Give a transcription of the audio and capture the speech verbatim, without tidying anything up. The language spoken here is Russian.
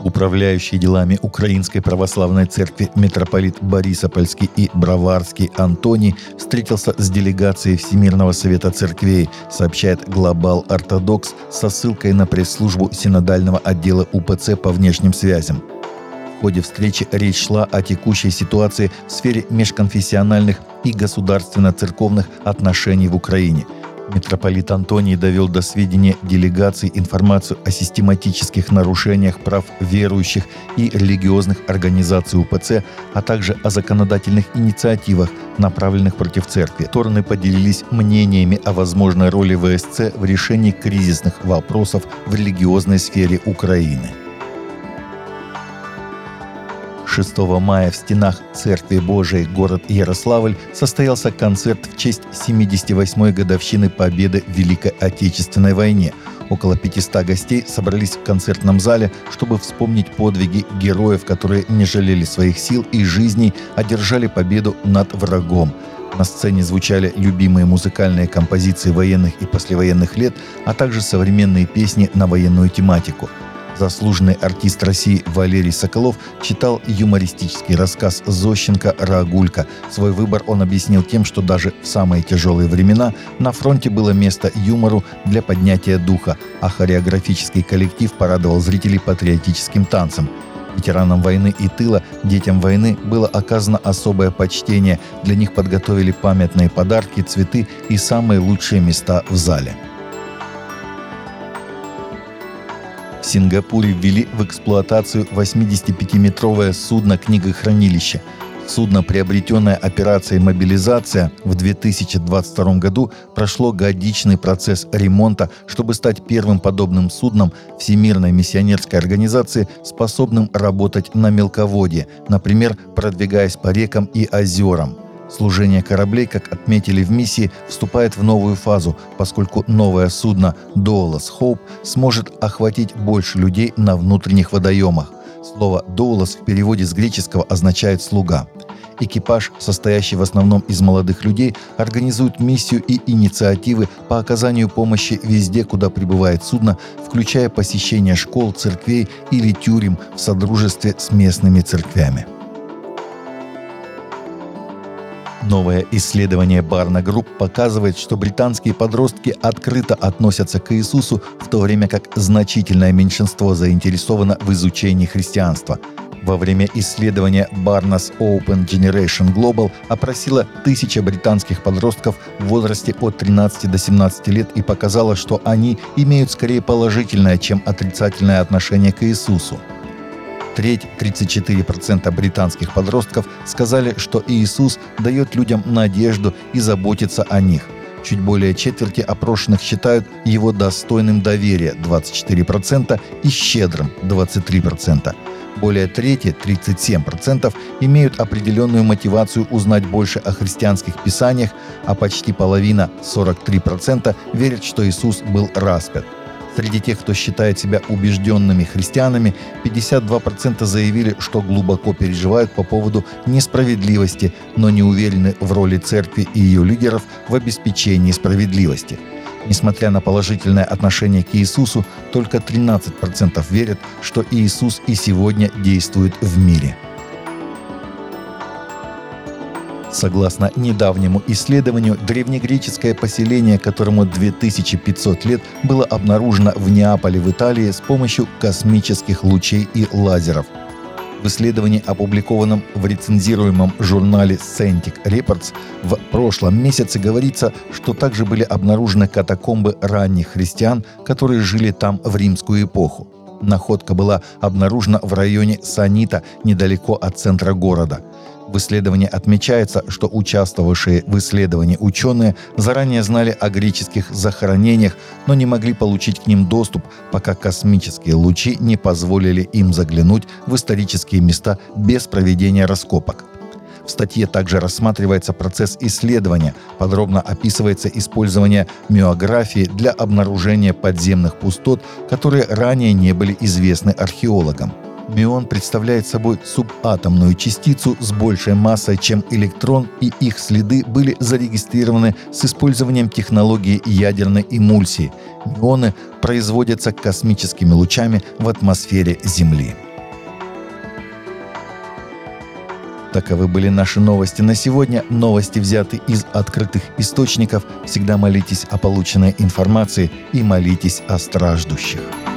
Управляющий делами Украинской Православной Церкви митрополит Борисопольский и Броварский Антоний встретился с делегацией Всемирного Совета Церквей, сообщает Global Orthodox со ссылкой на пресс-службу Синодального отдела УПЦ по внешним связям. В ходе встречи речь шла о текущей ситуации в сфере межконфессиональных и государственно-церковных отношений в Украине. Митрополит Антоний довел до сведения делегации информацию о систематических нарушениях прав верующих и религиозных организаций УПЦ, а также о законодательных инициативах, направленных против церкви. Стороны поделились мнениями о возможной роли ВСЦ в решении кризисных вопросов в религиозной сфере Украины. шестого мая в стенах Церкви Божией город Ярославль состоялся концерт в честь семидесяти восьмой годовщины победы в Великой Отечественной войне. Около пятисот гостей собрались в концертном зале, чтобы вспомнить подвиги героев, которые не жалели своих сил и жизней, одержали победу над врагом. На сцене звучали любимые музыкальные композиции военных и послевоенных лет, а также современные песни на военную тематику. Заслуженный артист России Валерий Соколов читал юмористический рассказ Зощенко «Рагулька». Свой выбор он объяснил тем, что даже в самые тяжелые времена на фронте было место юмору для поднятия духа, а хореографический коллектив порадовал зрителей патриотическим танцем. Ветеранам войны и тыла, детям войны было оказано особое почтение. Для них подготовили памятные подарки, цветы и самые лучшие места в зале. В Сингапуре ввели в эксплуатацию восьмидесятипятиметровое судно-книгохранилище. Судно, приобретенное операцией «Мобилизация» в две тысячи двадцать втором году, прошло годичный процесс ремонта, чтобы стать первым подобным судном Всемирной миссионерской организации, способным работать на мелководье, например, продвигаясь по рекам и озерам. Служение кораблей, как отметили в миссии, вступает в новую фазу, поскольку новое судно «Doulos Hope» сможет охватить больше людей на внутренних водоемах. Слово «doulos» в переводе с греческого означает «слуга». Экипаж, состоящий в основном из молодых людей, организует миссию и инициативы по оказанию помощи везде, куда прибывает судно, включая посещение школ, церквей или тюрем в содружестве с местными церквями. Новое исследование Barna Group показывает, что британские подростки открыто относятся к Иисусу, в то время как значительное меньшинство заинтересовано в изучении христианства. Во время исследования Barna's Open Generation Global опросила тысяча британских подростков в возрасте от тринадцати до семнадцати лет и показала, что они имеют скорее положительное, чем отрицательное отношение к Иисусу. Треть, тридцать четыре процента британских подростков сказали, что Иисус дает людям надежду и заботится о них. Чуть более четверти опрошенных считают его достойным доверия – двадцать четыре процента и щедрым – двадцать три процента. Более трети, тридцать семь процентов, имеют определенную мотивацию узнать больше о христианских писаниях, а почти половина, сорок три процента, верят, что Иисус был распят. Среди тех, кто считает себя убежденными христианами, пятьдесят два процента заявили, что глубоко переживают по поводу несправедливости, но не уверены в роли церкви и ее лидеров в обеспечении справедливости. Несмотря на положительное отношение к Иисусу, только тринадцать процентов верят, что Иисус и сегодня действует в мире. Согласно недавнему исследованию, древнегреческое поселение, которому две тысячи пятьсот лет, было обнаружено в Неаполе в Италии с помощью космических лучей и лазеров. В исследовании, опубликованном в рецензируемом журнале Scientific Reports, в прошлом месяце говорится, что также были обнаружены катакомбы ранних христиан, которые жили там в римскую эпоху. Находка была обнаружена в районе Санита, недалеко от центра города. В исследовании отмечается, что участвовавшие в исследовании ученые заранее знали о греческих захоронениях, но не могли получить к ним доступ, пока космические лучи не позволили им заглянуть в исторические места без проведения раскопок. В статье также рассматривается процесс исследования, подробно описывается использование миографии для обнаружения подземных пустот, которые ранее не были известны археологам. Мион представляет собой субатомную частицу с большей массой, чем электрон, и их следы были зарегистрированы с использованием технологии ядерной эмульсии. Мионы производятся космическими лучами в атмосфере Земли. Таковы были наши новости на сегодня. Новости взяты из открытых источников. Всегда молитесь о полученной информации и молитесь о страждущих.